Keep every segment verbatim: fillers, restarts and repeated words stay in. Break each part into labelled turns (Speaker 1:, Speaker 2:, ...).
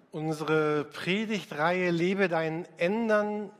Speaker 1: Unsere Predigtreihe Lebe dein Ändern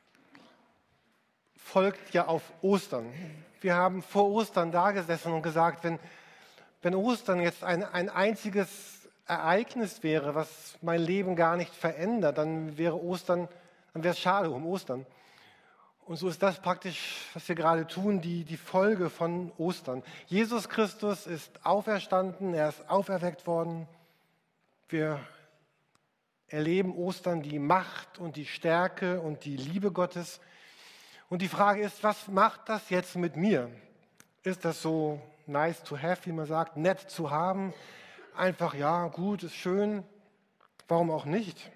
Speaker 1: folgt ja auf Ostern. Wir haben vor Ostern da gesessen und gesagt, wenn, wenn Ostern jetzt ein, ein einziges Ereignis wäre, was mein Leben gar nicht verändert, dann wäre Ostern, dann wäre es schade um Ostern. Und so ist das praktisch, was wir gerade tun, die, die Folge von Ostern. Jesus Christus ist auferstanden, er ist auferweckt worden. Wir erleben Ostern die Macht und die Stärke und die Liebe Gottes. Und die Frage ist, was macht das jetzt mit mir? Ist das so nice to have, wie man sagt, nett zu haben? Einfach, ja, gut, ist schön, warum auch nicht?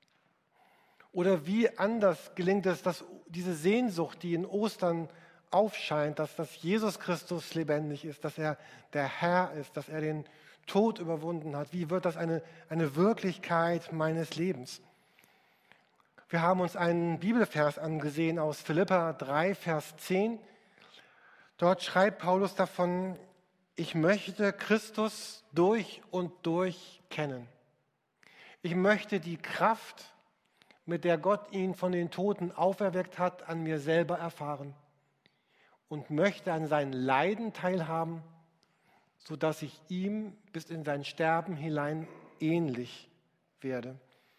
Speaker 1: Oder wie anders gelingt es, dass diese Sehnsucht, die in Ostern aufscheint, dass, dass Jesus Christus lebendig ist, dass er der Herr ist, dass er den Tod überwunden hat. Wie wird das eine, eine Wirklichkeit meines Lebens? Wir haben uns einen Bibelvers angesehen aus Philipper drei, Vers zehn. Dort schreibt Paulus davon, ich möchte Christus durch und durch kennen. Ich möchte die Kraft, mit der Gott ihn von den Toten auferweckt hat, an mir selber erfahren und möchte an seinen Leiden teilhaben, sodass ich ihm bis in sein Sterben hinein ähnlich werde.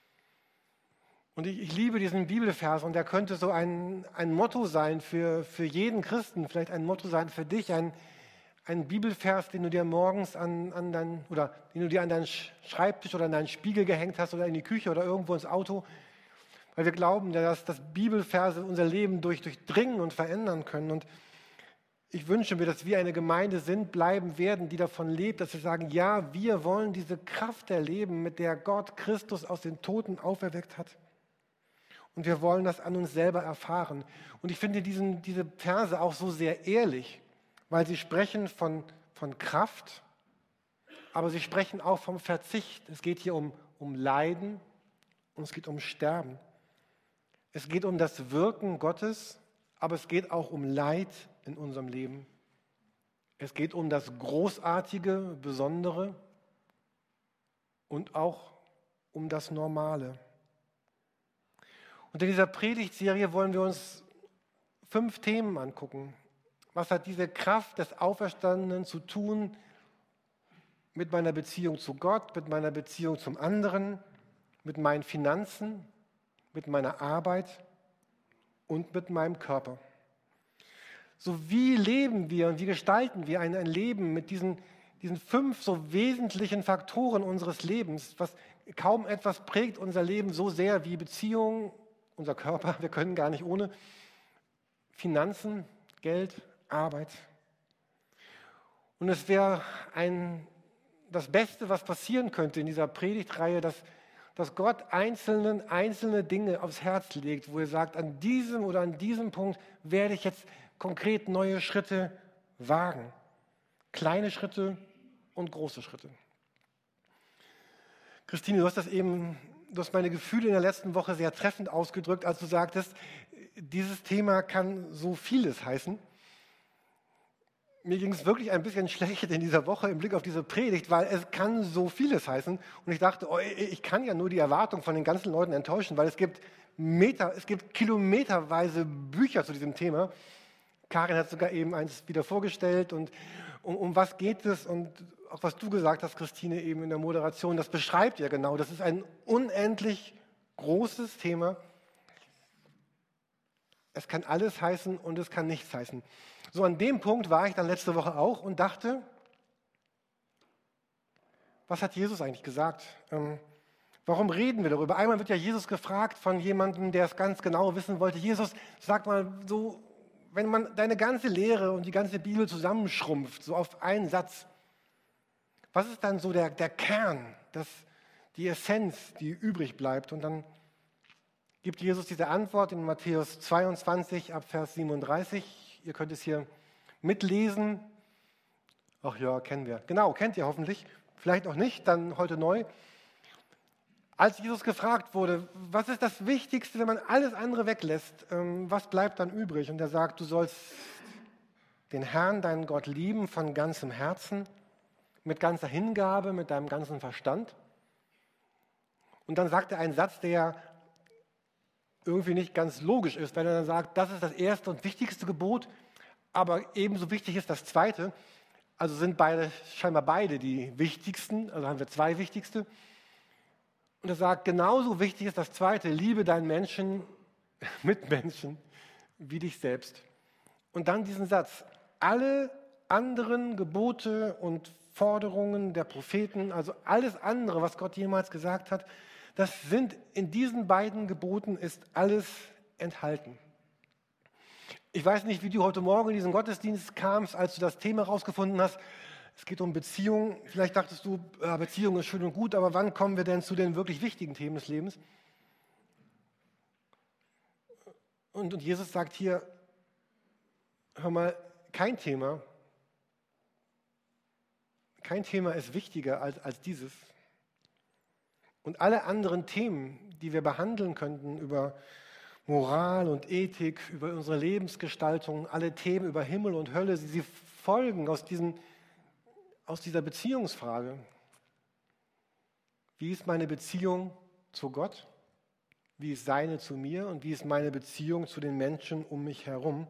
Speaker 1: Und ich, ich liebe diesen Bibelvers und der könnte so ein, ein Motto sein für, für jeden Christen, vielleicht ein Motto sein für dich, ein, ein Bibelvers, den du dir morgens an, an dein, oder den du dir an deinen Schreibtisch oder an deinen Spiegel gehängt hast oder in die Küche oder irgendwo ins Auto, weil wir glauben, dass, dass Bibelverse unser Leben durch, durchdringen und verändern können. Und ich wünsche mir, dass wir eine Gemeinde sind, bleiben werden, die davon lebt, dass wir sagen, ja, wir wollen diese Kraft erleben, mit der Gott Christus aus den Toten auferweckt hat. Und wir wollen das an uns selber erfahren. Und ich finde diesen, diese Verse auch so sehr ehrlich, weil sie sprechen von, von Kraft, aber sie sprechen auch vom Verzicht. Es geht hier um, um Leiden und es geht um Sterben. Es geht um das Wirken Gottes, aber es geht auch um Leid in unserem Leben. Es geht um das Großartige, Besondere und auch um das Normale. Und in dieser Predigtserie wollen wir uns fünf Themen angucken. Was hat diese Kraft des Auferstandenen zu tun mit meiner Beziehung zu Gott, mit meiner Beziehung zum anderen, mit meinen Finanzen, mit meiner Arbeit und mit meinem Körper? So wie leben wir und wie gestalten wir ein, ein Leben mit diesen, diesen fünf so wesentlichen Faktoren unseres Lebens, was kaum etwas prägt unser Leben so sehr wie Beziehungen, unser Körper, wir können gar nicht ohne, Finanzen, Geld, Arbeit. Und es wäre ein, das Beste, was passieren könnte in dieser Predigtreihe, dass, dass Gott einzelnen, einzelne Dinge aufs Herz legt, wo er sagt, an diesem oder an diesem Punkt werde ich jetzt konkret neue Schritte wagen. Kleine Schritte und große Schritte. Christine, du hast das eben, du hast meine Gefühle in der letzten Woche sehr treffend ausgedrückt, als du sagtest, dieses Thema kann so vieles heißen. Mir ging es wirklich ein bisschen schlecht in dieser Woche im Blick auf diese Predigt, weil es kann so vieles heißen. Und ich dachte, oh, ich kann ja nur die Erwartung von den ganzen Leuten enttäuschen, weil es gibt Meter, es gibt kilometerweise Bücher zu diesem Thema. Karin hat sogar eben eins wieder vorgestellt und um, um was geht es und auch was du gesagt hast, Christine, eben in der Moderation, das beschreibt ja genau, das ist ein unendlich großes Thema. Es kann alles heißen und es kann nichts heißen. So an dem Punkt war ich dann letzte Woche auch und dachte, was hat Jesus eigentlich gesagt? Ähm, warum reden wir darüber? Einmal wird ja Jesus gefragt von jemandem, der es ganz genau wissen wollte. Jesus, sag mal so, wenn man deine ganze Lehre und die ganze Bibel zusammenschrumpft, so auf einen Satz, was ist dann so der, der Kern, das, die Essenz, die übrig bleibt? Und dann gibt Jesus diese Antwort in Matthäus zweiundzwanzig, ab Vers siebenunddreißig. Ihr könnt es hier mitlesen. Ach ja, kennen wir. Genau, kennt ihr hoffentlich. Vielleicht auch nicht, dann heute neu. Als Jesus gefragt wurde, was ist das Wichtigste, wenn man alles andere weglässt, ähm, was bleibt dann übrig? Und er sagt, du sollst den Herrn, deinen Gott lieben von ganzem Herzen, mit ganzer Hingabe, mit deinem ganzen Verstand Und dann sagt er einen Satz, der irgendwie nicht ganz logisch ist, wenn er dann sagt, das ist das erste und wichtigste Gebot, aber ebenso wichtig ist das zweite. Also sind beide, scheinbar beide die wichtigsten, also haben wir zwei wichtigste. Und er sagt, genauso wichtig ist das zweite, liebe deinen Menschen, Mitmenschen, wie dich selbst. Und dann diesen Satz, alle anderen Gebote und Forderungen der Propheten, also alles andere, was Gott jemals gesagt hat, das sind in diesen beiden Geboten ist alles enthalten. Ich weiß nicht, wie du heute Morgen in diesen Gottesdienst kamst, als du das Thema rausgefunden hast. Es geht um Beziehung. Vielleicht dachtest du, ja, Beziehung ist schön und gut, aber wann kommen wir denn zu den wirklich wichtigen Themen des Lebens? Und, und Jesus sagt hier, hör mal, kein Thema, kein Thema ist wichtiger als, als dieses. Und alle anderen Themen, die wir behandeln könnten über Moral und Ethik, über unsere Lebensgestaltung, alle Themen über Himmel und Hölle, sie, sie folgen aus, diesen, aus dieser Beziehungsfrage. Wie ist meine Beziehung zu Gott? Wie ist seine zu mir? Und wie ist meine Beziehung zu den Menschen um mich herum?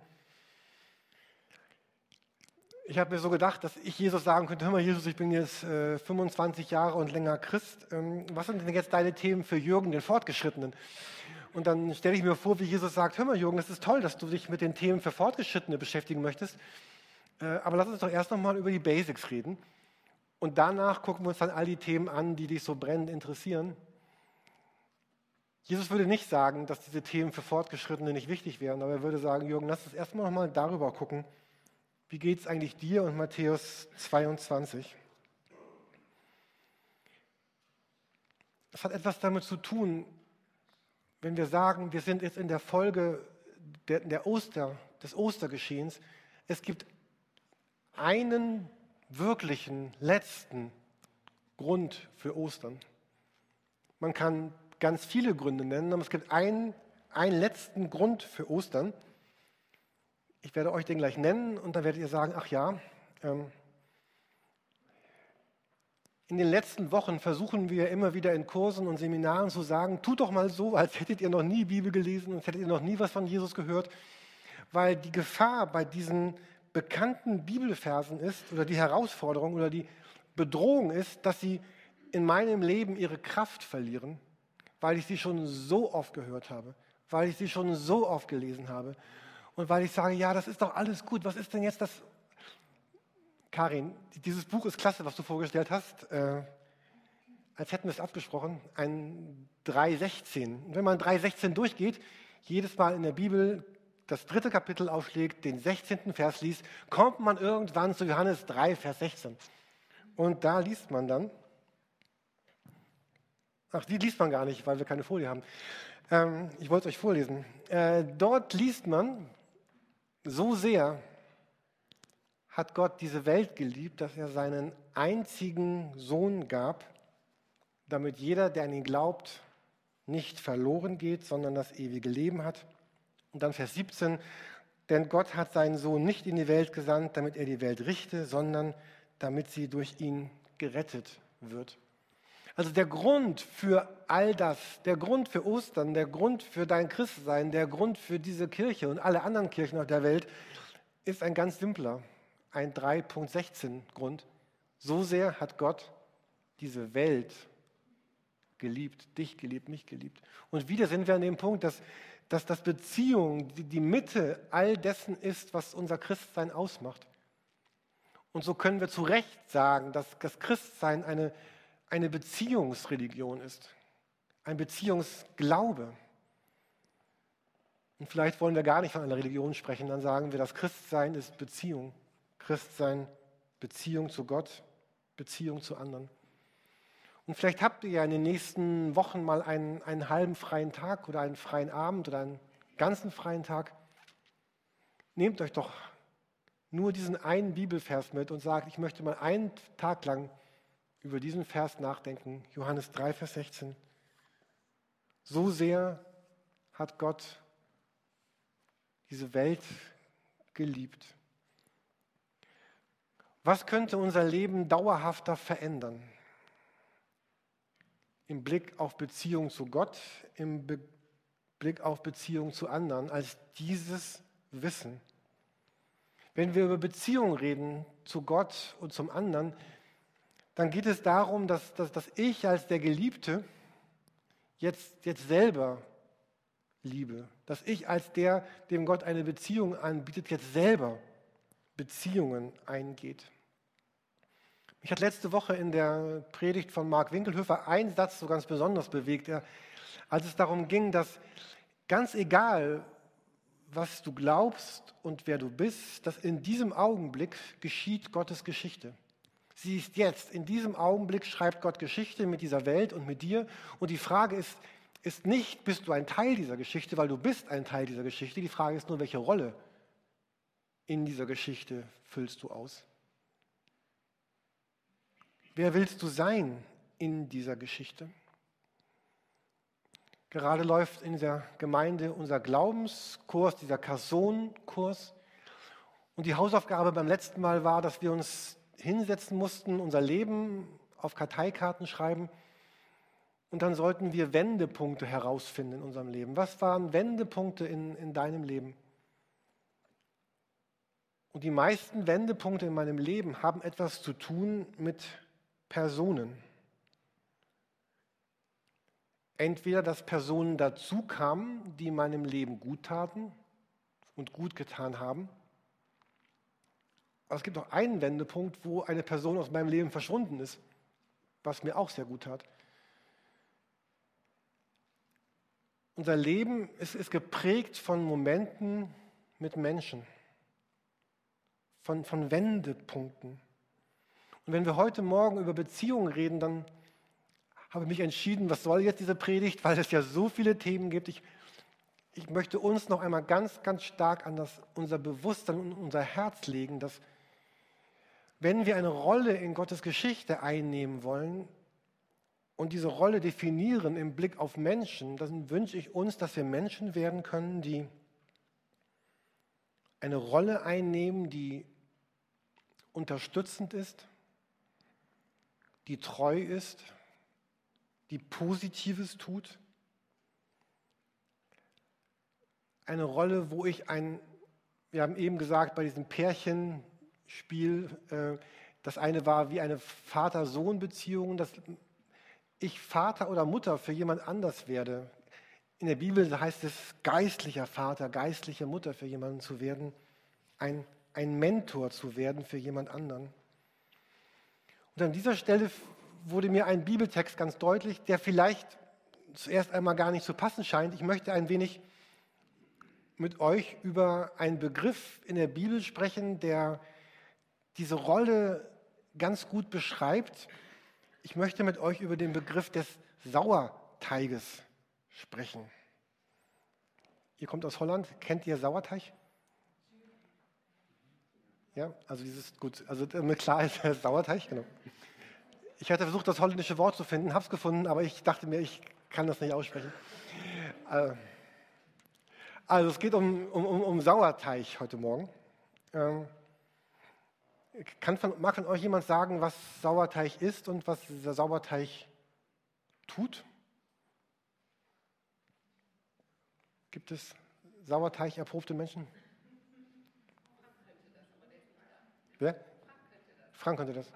Speaker 1: Ich habe mir so gedacht, dass ich Jesus sagen könnte, hör mal Jesus, ich bin jetzt äh, fünfundzwanzig Jahre und länger Christ. Ähm, was sind denn jetzt deine Themen für Jürgen, den Fortgeschrittenen? Und dann stelle ich mir vor, wie Jesus sagt, hör mal Jürgen, das ist toll, dass du dich mit den Themen für Fortgeschrittene beschäftigen möchtest. Äh, aber lass uns doch erst nochmal über die Basics reden. Und danach gucken wir uns dann all die Themen an, die dich so brennend interessieren. Jesus würde nicht sagen, dass diese Themen für Fortgeschrittene nicht wichtig wären, aber er würde sagen, Jürgen, lass uns erstmal nochmal darüber gucken, wie geht es eigentlich dir und Matthäus zweiundzwanzig? Es hat etwas damit zu tun, wenn wir sagen, wir sind jetzt in der Folge der, der Oster, des Ostergeschehens. Es gibt einen wirklichen, letzten Grund für Ostern. Man kann ganz viele Gründe nennen, aber es gibt einen, einen letzten Grund für Ostern. Ich werde euch den gleich nennen und dann werdet ihr sagen, ach ja, ähm, in den letzten Wochen versuchen wir immer wieder in Kursen und Seminaren zu sagen, tut doch mal so, als hättet ihr noch nie Bibel gelesen und als hättet ihr noch nie was von Jesus gehört, weil die Gefahr bei diesen bekannten Bibelversen ist oder die Herausforderung oder die Bedrohung ist, dass sie in meinem Leben ihre Kraft verlieren, weil ich sie schon so oft gehört habe, weil ich sie schon so oft gelesen habe. Und weil ich sage, ja, das ist doch alles gut, was ist denn jetzt das? Karin, dieses Buch ist klasse, was du vorgestellt hast, äh, als hätten wir es abgesprochen, ein drei sechzehn. Und wenn man drei sechzehn durchgeht, jedes Mal in der Bibel das dritte Kapitel aufschlägt, den sechzehnten Vers liest, kommt man irgendwann zu Johannes drei, Vers sechzehn. Und da liest man dann, ach, die liest man gar nicht, weil wir keine Folie haben. Ähm, ich wollte es euch vorlesen. Äh, dort liest man, so sehr hat Gott diese Welt geliebt, dass er seinen einzigen Sohn gab, damit jeder, der an ihn glaubt, nicht verloren geht, sondern das ewige Leben hat. Und dann Vers siebzehn, denn Gott hat seinen Sohn nicht in die Welt gesandt, damit er die Welt richte, sondern damit sie durch ihn gerettet wird. Also der Grund für all das, der Grund für Ostern, der Grund für dein Christsein, der Grund für diese Kirche und alle anderen Kirchen auf der Welt ist ein ganz simpler, ein drei sechzehn Grund. So sehr hat Gott diese Welt geliebt, dich geliebt, mich geliebt. Und wieder sind wir an dem Punkt, dass, dass das Beziehung die, die Mitte all dessen ist, was unser Christsein ausmacht. Und so können wir zu Recht sagen, dass das Christsein eine eine Beziehungsreligion ist, ein Beziehungsglaube. Und vielleicht wollen wir gar nicht von einer Religion sprechen, dann sagen wir, das Christsein ist Beziehung. Christsein, Beziehung zu Gott, Beziehung zu anderen. Und vielleicht habt ihr ja in den nächsten Wochen mal einen, einen halben freien Tag oder einen freien Abend oder einen ganzen freien Tag. Nehmt euch doch nur diesen einen Bibelvers mit und sagt, ich möchte mal einen Tag lang über diesen Vers nachdenken, Johannes drei, Vers sechzehn. So sehr hat Gott diese Welt geliebt. Was könnte unser Leben dauerhafter verändern? im Blick auf Beziehung zu Gott, im Be- Blick auf Beziehung zu anderen, als dieses Wissen. Wenn wir über Beziehung reden zu Gott und zum anderen, dann geht es darum, dass, dass, dass ich als der Geliebte jetzt, jetzt selber liebe. Dass ich als der, dem Gott eine Beziehung anbietet, jetzt selber Beziehungen eingeht. Mich hat letzte Woche in der Predigt von Mark Winkelhofer ein Satz so ganz besonders bewegt, er, als es darum ging, dass ganz egal, was du glaubst und wer du bist, dass in diesem Augenblick geschieht Gottes Geschichte. Sie ist jetzt, in diesem Augenblick schreibt Gott Geschichte mit dieser Welt und mit dir. Und die Frage ist, ist nicht, bist du ein Teil dieser Geschichte, weil du bist ein Teil dieser Geschichte. Die Frage ist nur, welche Rolle in dieser Geschichte füllst du aus? Wer willst du sein in dieser Geschichte? Gerade läuft in dieser Gemeinde unser Glaubenskurs, dieser Kasson-Kurs. Und die Hausaufgabe beim letzten Mal war, dass wir uns hinsetzen mussten, unser Leben auf Karteikarten schreiben und dann sollten wir Wendepunkte herausfinden in unserem Leben. Was waren Wendepunkte in, in deinem Leben? Und die meisten Wendepunkte in meinem Leben haben etwas zu tun mit Personen. Entweder, dass Personen dazu kamen, die meinem Leben gut taten und gut getan haben. Aber es gibt auch einen Wendepunkt, wo eine Person aus meinem Leben verschwunden ist, was mir auch sehr gut tat. Unser Leben ist, ist geprägt von Momenten mit Menschen, von, von Wendepunkten. Und wenn wir heute Morgen über Beziehungen reden, dann habe ich mich entschieden, was soll jetzt diese Predigt, weil es ja so viele Themen gibt. Ich, ich möchte uns noch einmal ganz, ganz stark an das, unser Bewusstsein und unser Herz legen, dass wenn wir eine Rolle in Gottes Geschichte einnehmen wollen und diese Rolle definieren im Blick auf Menschen, dann wünsche ich uns, dass wir Menschen werden können, die eine Rolle einnehmen, die unterstützend ist, die treu ist, die Positives tut. Eine Rolle, wo ich ein, wir haben eben gesagt, bei diesem Pärchenspiel, äh, das eine war wie eine Vater-Sohn-Beziehung, dass ich Vater oder Mutter für jemand anders werde. In der Bibel heißt es, geistlicher Vater, geistliche Mutter für jemanden zu werden, ein, ein Mentor zu werden für jemand anderen. Und an dieser Stelle wurde mir ein Bibeltext ganz deutlich, der vielleicht zuerst einmal gar nicht zu passen scheint. Ich möchte ein wenig mit euch über einen Begriff in der Bibel sprechen, der diese Rolle ganz gut beschreibt. Ich möchte mit euch über den Begriff des Sauerteiges sprechen. Ihr kommt aus Holland, kennt ihr Sauerteig? Ja, also dieses, gut, also damit klar ist der Sauerteig, genau. Ich hatte versucht, das holländische Wort zu finden, habe es gefunden, aber ich dachte mir, ich kann das nicht aussprechen. Also es geht um, um, um Sauerteig heute Morgen. Kann von, mag von euch jemand sagen, was Sauerteig ist und was dieser Sauerteig tut? Gibt es Sauerteig-erprobte Menschen? Wer? Frank könnte das.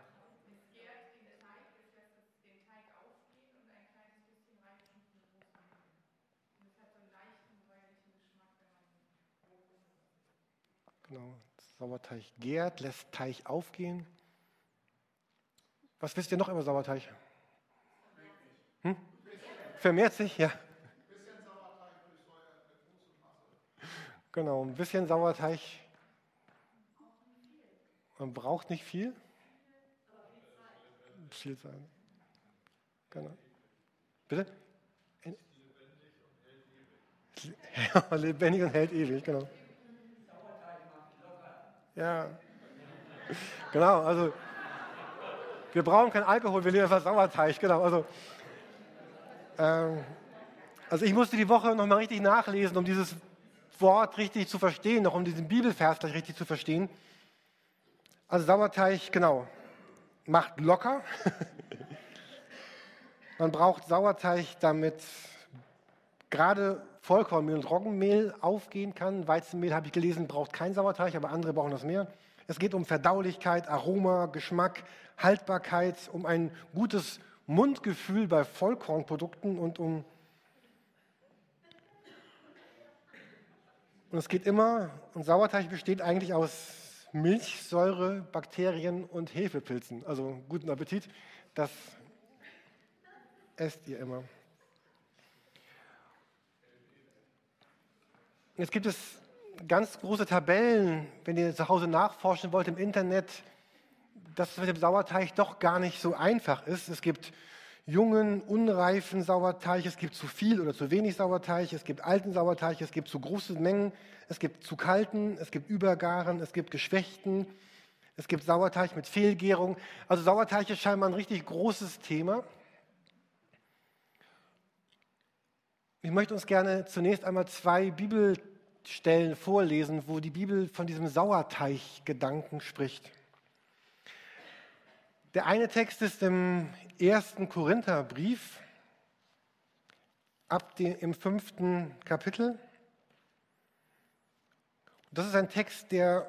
Speaker 1: Genau, Sauerteig gärt, lässt Teig aufgehen. Was wisst ihr noch über Sauerteig? Hm? Vermehrt sich, ja.
Speaker 2: Ein bisschen Sauerteig durch Säure mit großem Masse.
Speaker 1: Genau, ein bisschen Sauerteig. Man braucht nicht viel. Viel Zeit. Genau. Bitte? Ja, lebendig und hält ewig, genau. Ja, genau, also wir brauchen keinen Alkohol, wir nehmen einfach Sauerteig, genau. Also, ähm, also ich musste die Woche nochmal richtig nachlesen, um dieses Wort richtig zu verstehen, noch um diesen Bibelvers gleich richtig zu verstehen. Also Sauerteig, genau, macht locker. Man braucht Sauerteig, damit gerade Vollkornmehl und Roggenmehl aufgehen kann. Weizenmehl, habe ich gelesen, braucht kein Sauerteig, aber andere brauchen das mehr. Es geht um Verdaulichkeit, Aroma, Geschmack, Haltbarkeit, um ein gutes Mundgefühl bei Vollkornprodukten und um und es geht immer, und Sauerteig besteht eigentlich aus Milchsäure, Bakterien und Hefepilzen. Also guten Appetit, das esst ihr immer. Jetzt gibt es ganz große Tabellen, wenn ihr zu Hause nachforschen wollt im Internet, dass es mit dem Sauerteig doch gar nicht so einfach ist. Es gibt jungen, unreifen Sauerteig, es gibt zu viel oder zu wenig Sauerteig, es gibt alten Sauerteig, es gibt zu große Mengen, es gibt zu kalten, es gibt übergaren, es gibt geschwächten, es gibt Sauerteig mit Fehlgärung. Also Sauerteig ist scheinbar ein richtig großes Thema. Ich möchte uns gerne zunächst einmal zwei Bibelstellen vorlesen, wo die Bibel von diesem Sauerteig-Gedanken spricht. Der eine Text ist im ersten Korintherbrief, ab dem, im fünften Kapitel. Das ist ein Text, der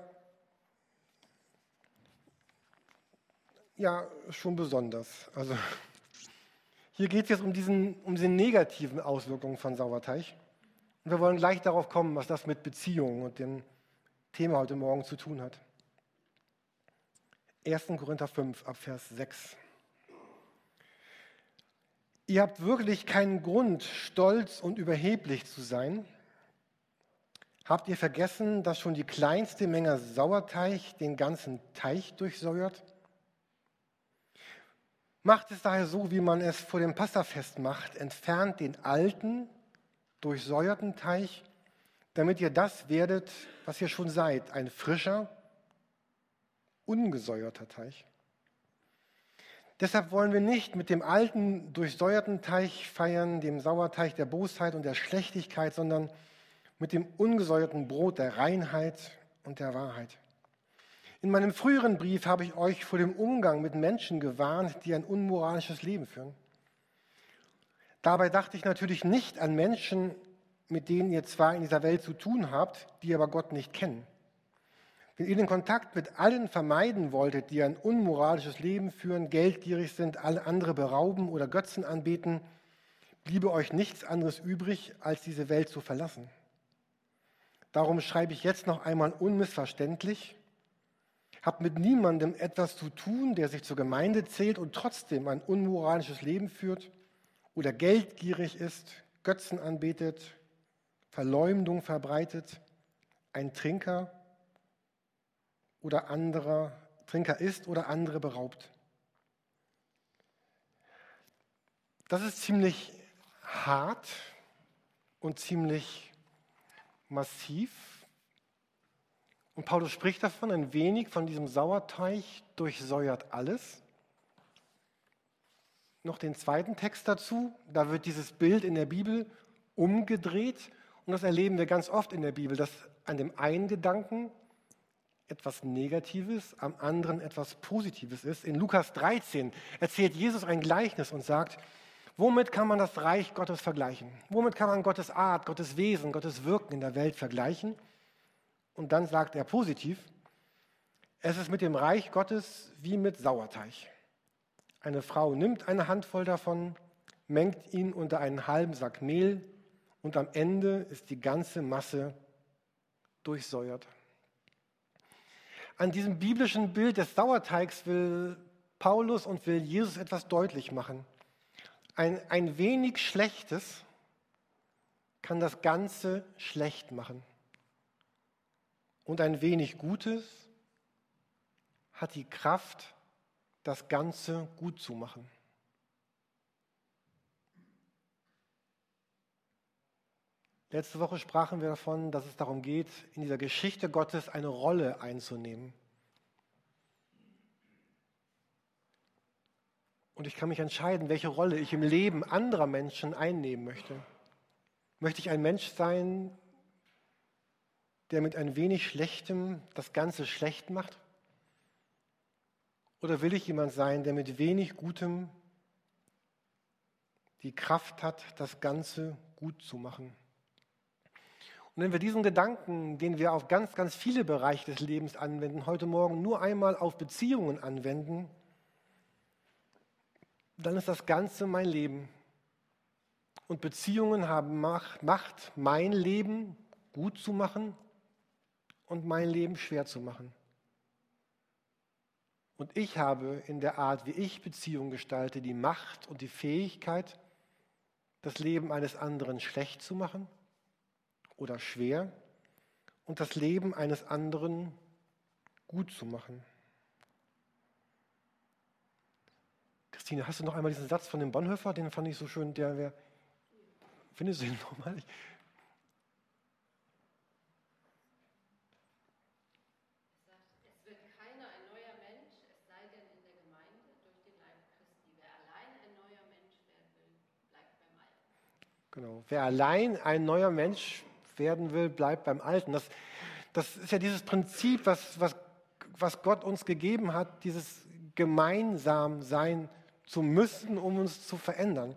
Speaker 1: ja schon besonders. Also hier geht es jetzt um, diesen, um diese negativen Auswirkungen von Sauerteig. Und wir wollen gleich darauf kommen, was das mit Beziehungen und dem Thema heute Morgen zu tun hat. ersten Korinther fünf, ab Vers sechs. Ihr habt wirklich keinen Grund, stolz und überheblich zu sein. Habt ihr vergessen, dass schon die kleinste Menge Sauerteig den ganzen Teich durchsäuert? Macht es daher so, wie man es vor dem Passafest macht, entfernt den alten, durchsäuerten Teich, damit ihr das werdet, was ihr schon seid, ein frischer, ungesäuerter Teich. Deshalb wollen wir nicht mit dem alten, durchsäuerten Teich feiern, dem Sauerteig der Bosheit und der Schlechtigkeit, sondern mit dem ungesäuerten Brot der Reinheit und der Wahrheit. In meinem früheren Brief habe ich euch vor dem Umgang mit Menschen gewarnt, die ein unmoralisches Leben führen. Dabei dachte ich natürlich nicht an Menschen, mit denen ihr zwar in dieser Welt zu tun habt, die aber Gott nicht kennen. Wenn ihr den Kontakt mit allen vermeiden wolltet, die ein unmoralisches Leben führen, geldgierig sind, alle andere berauben oder Götzen anbeten, bliebe euch nichts anderes übrig, als diese Welt zu verlassen. Darum schreibe ich jetzt noch einmal unmissverständlich: Habt mit niemandem etwas zu tun, der sich zur Gemeinde zählt und trotzdem ein unmoralisches Leben führt oder geldgierig ist, Götzen anbetet, Verleumdung verbreitet, ein Trinker oder anderer Trinker ist oder andere beraubt. Das ist ziemlich hart und ziemlich massiv. Und Paulus spricht davon, ein wenig von diesem Sauerteig durchsäuert alles. Noch den zweiten Text dazu, da wird dieses Bild in der Bibel umgedreht. Und das erleben wir ganz oft in der Bibel, dass an dem einen Gedanken etwas Negatives, am anderen etwas Positives ist. In Lukas dreizehn erzählt Jesus ein Gleichnis und sagt, womit kann man das Reich Gottes vergleichen? Womit kann man Gottes Art, Gottes Wesen, Gottes Wirken in der Welt vergleichen? Und dann sagt er positiv, es ist mit dem Reich Gottes wie mit Sauerteig. Eine Frau nimmt eine Handvoll davon, mengt ihn unter einen halben Sack Mehl und am Ende ist die ganze Masse durchsäuert. An diesem biblischen Bild des Sauerteigs will Paulus und will Jesus etwas deutlich machen. Ein, ein wenig Schlechtes kann das Ganze schlecht machen. Und ein wenig Gutes hat die Kraft, das Ganze gut zu machen. Letzte Woche sprachen wir davon, dass es darum geht, in dieser Geschichte Gottes eine Rolle einzunehmen. Und ich kann mich entscheiden, welche Rolle ich im Leben anderer Menschen einnehmen möchte. Möchte ich ein Mensch sein, der mit ein wenig Schlechtem das Ganze schlecht macht? Oder will ich jemand sein, der mit wenig Gutem die Kraft hat, das Ganze gut zu machen. Und wenn wir diesen Gedanken, den wir auf ganz, ganz viele Bereiche des Lebens anwenden, heute Morgen nur einmal auf Beziehungen anwenden, dann ist das Ganze mein Leben. Und Beziehungen haben Macht, Macht, mein Leben gut zu machen und mein Leben schwer zu machen. Und ich habe in der Art, wie ich Beziehungen gestalte, die Macht und die Fähigkeit, das Leben eines anderen schlecht zu machen oder schwer und das Leben eines anderen gut zu machen. Christine, hast du noch einmal diesen Satz von dem Bonhoeffer? Den fand ich so schön. Der wär, findest du ihn nochmal?
Speaker 3: Es wird keiner ein neuer Mensch, es sei denn in der Gemeinde durch den Leib Christi. Wer allein ein neuer Mensch werden will, bleibt beim Alten.
Speaker 1: Genau. Wer allein ein neuer Mensch werden will, bleibt beim Alten. Das, das ist ja dieses Prinzip, was, was, was Gott uns gegeben hat, dieses gemeinsam sein zu müssen, um uns zu verändern.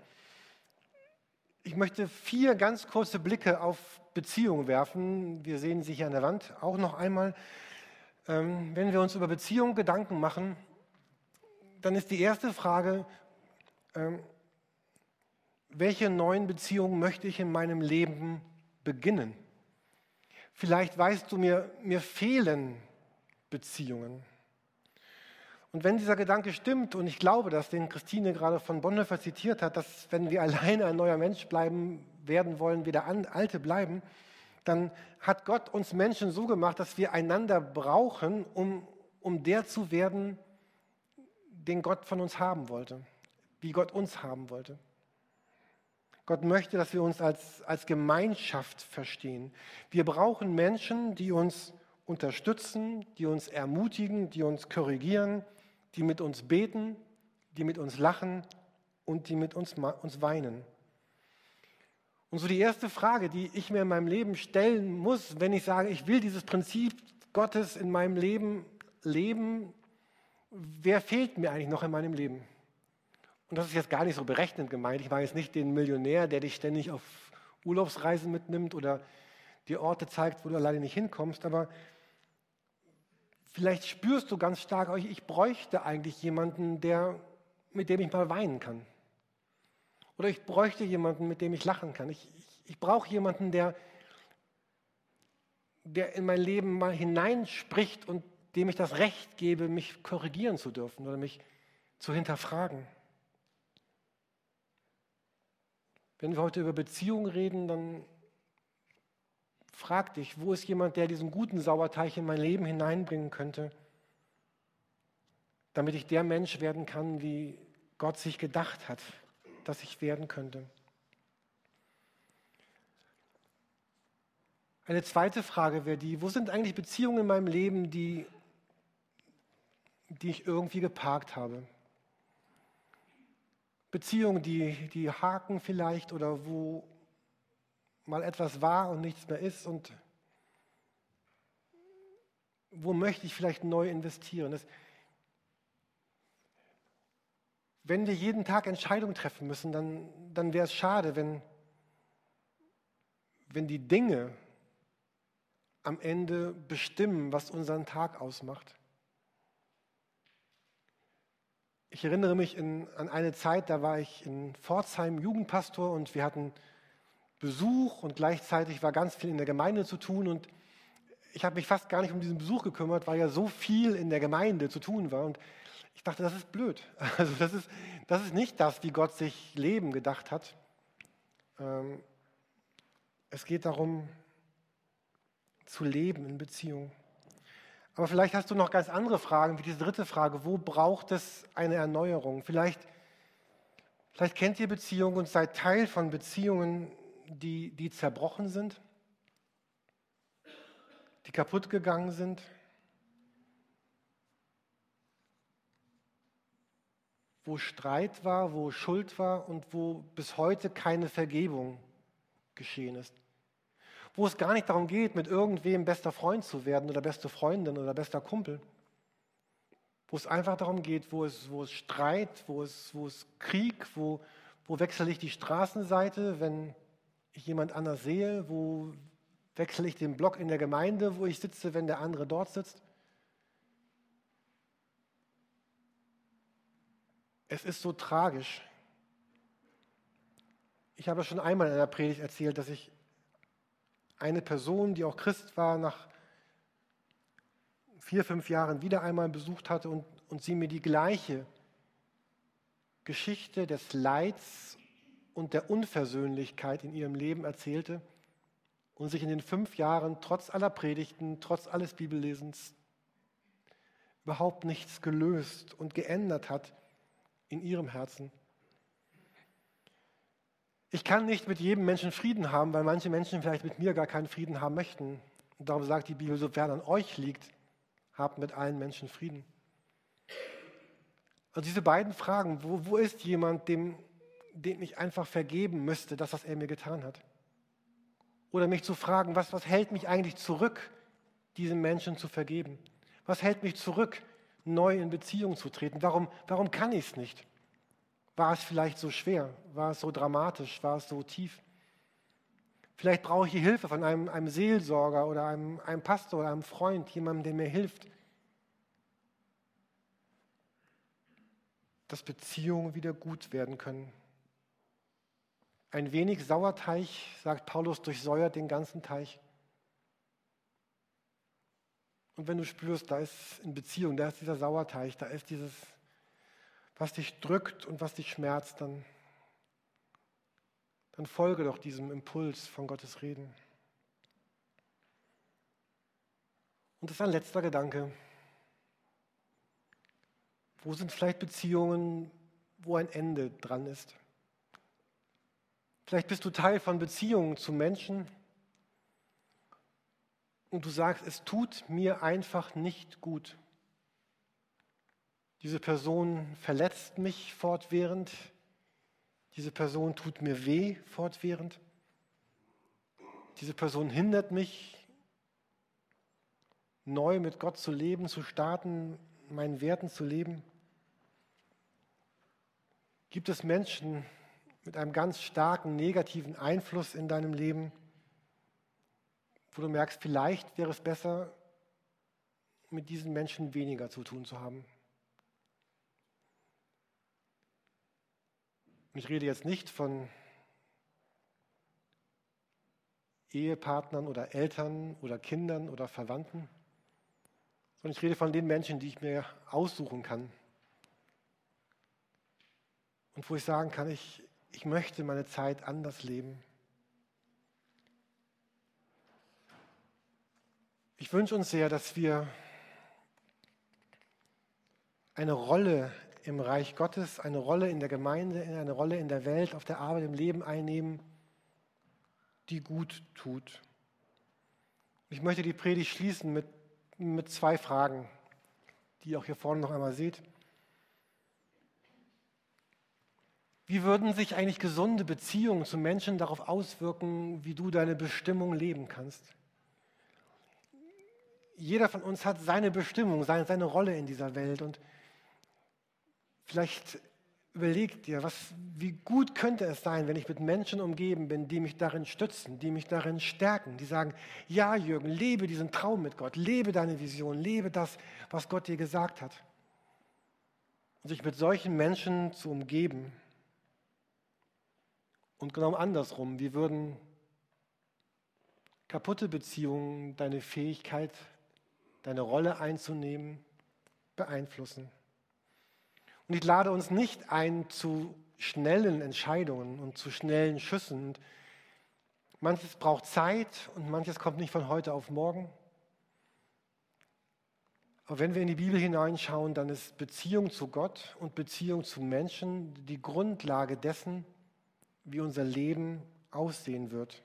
Speaker 1: Ich möchte vier ganz kurze Blicke auf Beziehungen werfen. Wir sehen sie hier an der Wand auch noch einmal. Ähm, wenn wir uns über Beziehungen Gedanken machen, dann ist die erste Frage, ähm, welche neuen Beziehungen möchte ich in meinem Leben beginnen? Vielleicht weißt du, mir, mir fehlen Beziehungen. Und wenn dieser Gedanke stimmt, und ich glaube, dass den Christine gerade von Bonhoeffer zitiert hat, dass wenn wir alleine ein neuer Mensch bleiben werden wollen, wie der Alte bleiben, dann hat Gott uns Menschen so gemacht, dass wir einander brauchen, um, um der zu werden, den Gott von uns haben wollte, wie Gott uns haben wollte. Gott möchte, dass wir uns als, als Gemeinschaft verstehen. Wir brauchen Menschen, die uns unterstützen, die uns ermutigen, die uns korrigieren, die mit uns beten, die mit uns lachen und die mit uns, uns weinen. Und so die erste Frage, die ich mir in meinem Leben stellen muss, wenn ich sage, ich will dieses Prinzip Gottes in meinem Leben leben, wer fehlt mir eigentlich noch in meinem Leben? Und das ist jetzt gar nicht so berechnend gemeint. Ich meine jetzt nicht den Millionär, der dich ständig auf Urlaubsreisen mitnimmt oder dir Orte zeigt, wo du alleine nicht hinkommst, aber vielleicht spürst du ganz stark, ich bräuchte eigentlich jemanden, der, mit dem ich mal weinen kann. Oder ich bräuchte jemanden, mit dem ich lachen kann. Ich, ich, ich brauche jemanden, der, der in mein Leben mal hineinspricht und dem ich das Recht gebe, mich korrigieren zu dürfen oder mich zu hinterfragen. Wenn wir heute über Beziehungen reden, dann frag dich, wo ist jemand, der diesen guten Sauerteig in mein Leben hineinbringen könnte, damit ich der Mensch werden kann, wie Gott sich gedacht hat, dass ich werden könnte. Eine zweite Frage wäre die, wo sind eigentlich Beziehungen in meinem Leben, die, die ich irgendwie geparkt habe? Beziehungen, die, die haken vielleicht oder wo mal etwas war und nichts mehr ist und wo möchte ich vielleicht neu investieren? Das, wenn wir jeden Tag Entscheidungen treffen müssen, dann, dann wäre es schade, wenn, wenn die Dinge am Ende bestimmen, was unseren Tag ausmacht. Ich erinnere mich in, an eine Zeit, da war ich in Pforzheim Jugendpastor und wir hatten Besuch und gleichzeitig war ganz viel in der Gemeinde zu tun und ich habe mich fast gar nicht um diesen Besuch gekümmert, weil ja so viel in der Gemeinde zu tun war und ich dachte, das ist blöd. Also das ist, das ist nicht das, wie Gott sich Leben gedacht hat. Ähm, es geht darum, zu leben in Beziehung. Aber vielleicht hast du noch ganz andere Fragen, wie diese dritte Frage, wo braucht es eine Erneuerung? Vielleicht, vielleicht kennt ihr Beziehungen und seid Teil von Beziehungen, die, die zerbrochen sind, die kaputt gegangen sind, wo Streit war, wo Schuld war und wo bis heute keine Vergebung geschehen ist. Wo es gar nicht darum geht, mit irgendwem bester Freund zu werden oder beste Freundin oder bester Kumpel. Wo es einfach darum geht, wo es, wo es Streit, wo es, wo es Krieg, wo, Wo wechsle ich die Straßenseite, wenn ich jemand anders sehe? Wo wechsle ich den Block in der Gemeinde, wo ich sitze, wenn der andere dort sitzt? Es ist so tragisch. Ich habe schon einmal in einer Predigt erzählt, dass ich eine Person, die auch Christ war, nach vier, fünf Jahren wieder einmal besucht hatte und, und sie mir die gleiche Geschichte des Leids und der Unversöhnlichkeit in ihrem Leben erzählte und sich in den fünf Jahren trotz aller Predigten, trotz alles Bibellesens überhaupt nichts gelöst und geändert hat in ihrem Herzen. Ich kann nicht mit jedem Menschen Frieden haben, weil manche Menschen vielleicht mit mir gar keinen Frieden haben möchten. Und darum sagt die Bibel, sofern an euch liegt, habt mit allen Menschen Frieden. Also diese beiden Fragen, wo, wo ist jemand, dem, dem ich einfach vergeben müsste, das, was er mir getan hat? Oder mich zu fragen, was, was hält mich eigentlich zurück, diesem Menschen zu vergeben? Was hält mich zurück, neu in Beziehung zu treten? Warum, warum kann ich es nicht? War es vielleicht so schwer? War es so dramatisch? War es so tief? Vielleicht brauche ich die Hilfe von einem, einem Seelsorger oder einem, einem Pastor oder einem Freund, jemandem, der mir hilft, dass Beziehungen wieder gut werden können. Ein wenig Sauerteig, sagt Paulus, durchsäuert den ganzen Teich. Und wenn du spürst, da ist in Beziehung, da ist dieser Sauerteig, da ist dieses, was dich drückt und was dich schmerzt, dann, dann folge doch diesem Impuls von Gottes Reden. Und das ist ein letzter Gedanke. Wo sind vielleicht Beziehungen, wo ein Ende dran ist? Vielleicht bist du Teil von Beziehungen zu Menschen und du sagst, es tut mir einfach nicht gut. Diese Person verletzt mich fortwährend. Diese Person tut mir weh fortwährend. Diese Person hindert mich, neu mit Gott zu leben, zu starten, meinen Werten zu leben. Gibt es Menschen mit einem ganz starken negativen Einfluss in deinem Leben, wo du merkst, vielleicht wäre es besser, mit diesen Menschen weniger zu tun zu haben? Ich rede jetzt nicht von Ehepartnern oder Eltern oder Kindern oder Verwandten, sondern ich rede von den Menschen, die ich mir aussuchen kann. Und wo ich sagen kann, ich, ich möchte meine Zeit anders leben. Ich wünsche uns sehr, dass wir eine Rolle im Reich Gottes, eine Rolle in der Gemeinde, eine Rolle in der Welt, auf der Arbeit, im Leben einnehmen, die gut tut. Ich möchte die Predigt schließen mit, mit zwei Fragen, die ihr auch hier vorne noch einmal seht. Wie würden sich eigentlich gesunde Beziehungen zu Menschen darauf auswirken, wie du deine Bestimmung leben kannst? Jeder von uns hat seine Bestimmung, seine, seine Rolle in dieser Welt. Und vielleicht überleg dir, was, wie gut könnte es sein, wenn ich mit Menschen umgeben bin, die mich darin stützen, die mich darin stärken, die sagen, ja Jürgen, lebe diesen Traum mit Gott, lebe deine Vision, lebe das, was Gott dir gesagt hat. Und sich mit solchen Menschen zu umgeben. Und genau andersrum, wie würden kaputte Beziehungen deine Fähigkeit, deine Rolle einzunehmen, beeinflussen? Und ich lade uns nicht ein zu schnellen Entscheidungen und zu schnellen Schüssen. Und manches braucht Zeit und manches kommt nicht von heute auf morgen. Aber wenn wir in die Bibel hineinschauen, dann ist Beziehung zu Gott und Beziehung zu Menschen die Grundlage dessen, wie unser Leben aussehen wird.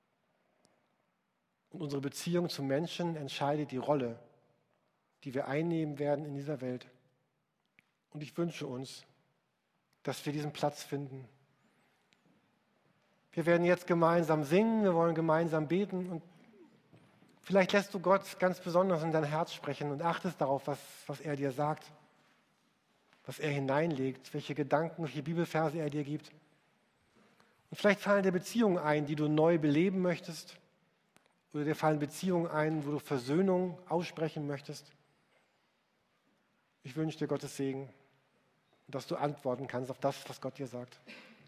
Speaker 1: Und unsere Beziehung zu Menschen entscheidet die Rolle, die wir einnehmen werden in dieser Welt. Und ich wünsche uns, dass wir diesen Platz finden. Wir werden jetzt gemeinsam singen, wir wollen gemeinsam beten und vielleicht lässt du Gott ganz besonders in dein Herz sprechen und achtest darauf, was, was er dir sagt, was er hineinlegt, welche Gedanken, welche Bibelverse er dir gibt. Und vielleicht fallen dir Beziehungen ein, die du neu beleben möchtest. Oder dir fallen Beziehungen ein, wo du Versöhnung aussprechen möchtest. Ich wünsche dir Gottes Segen und dass du antworten kannst auf das, was Gott dir sagt.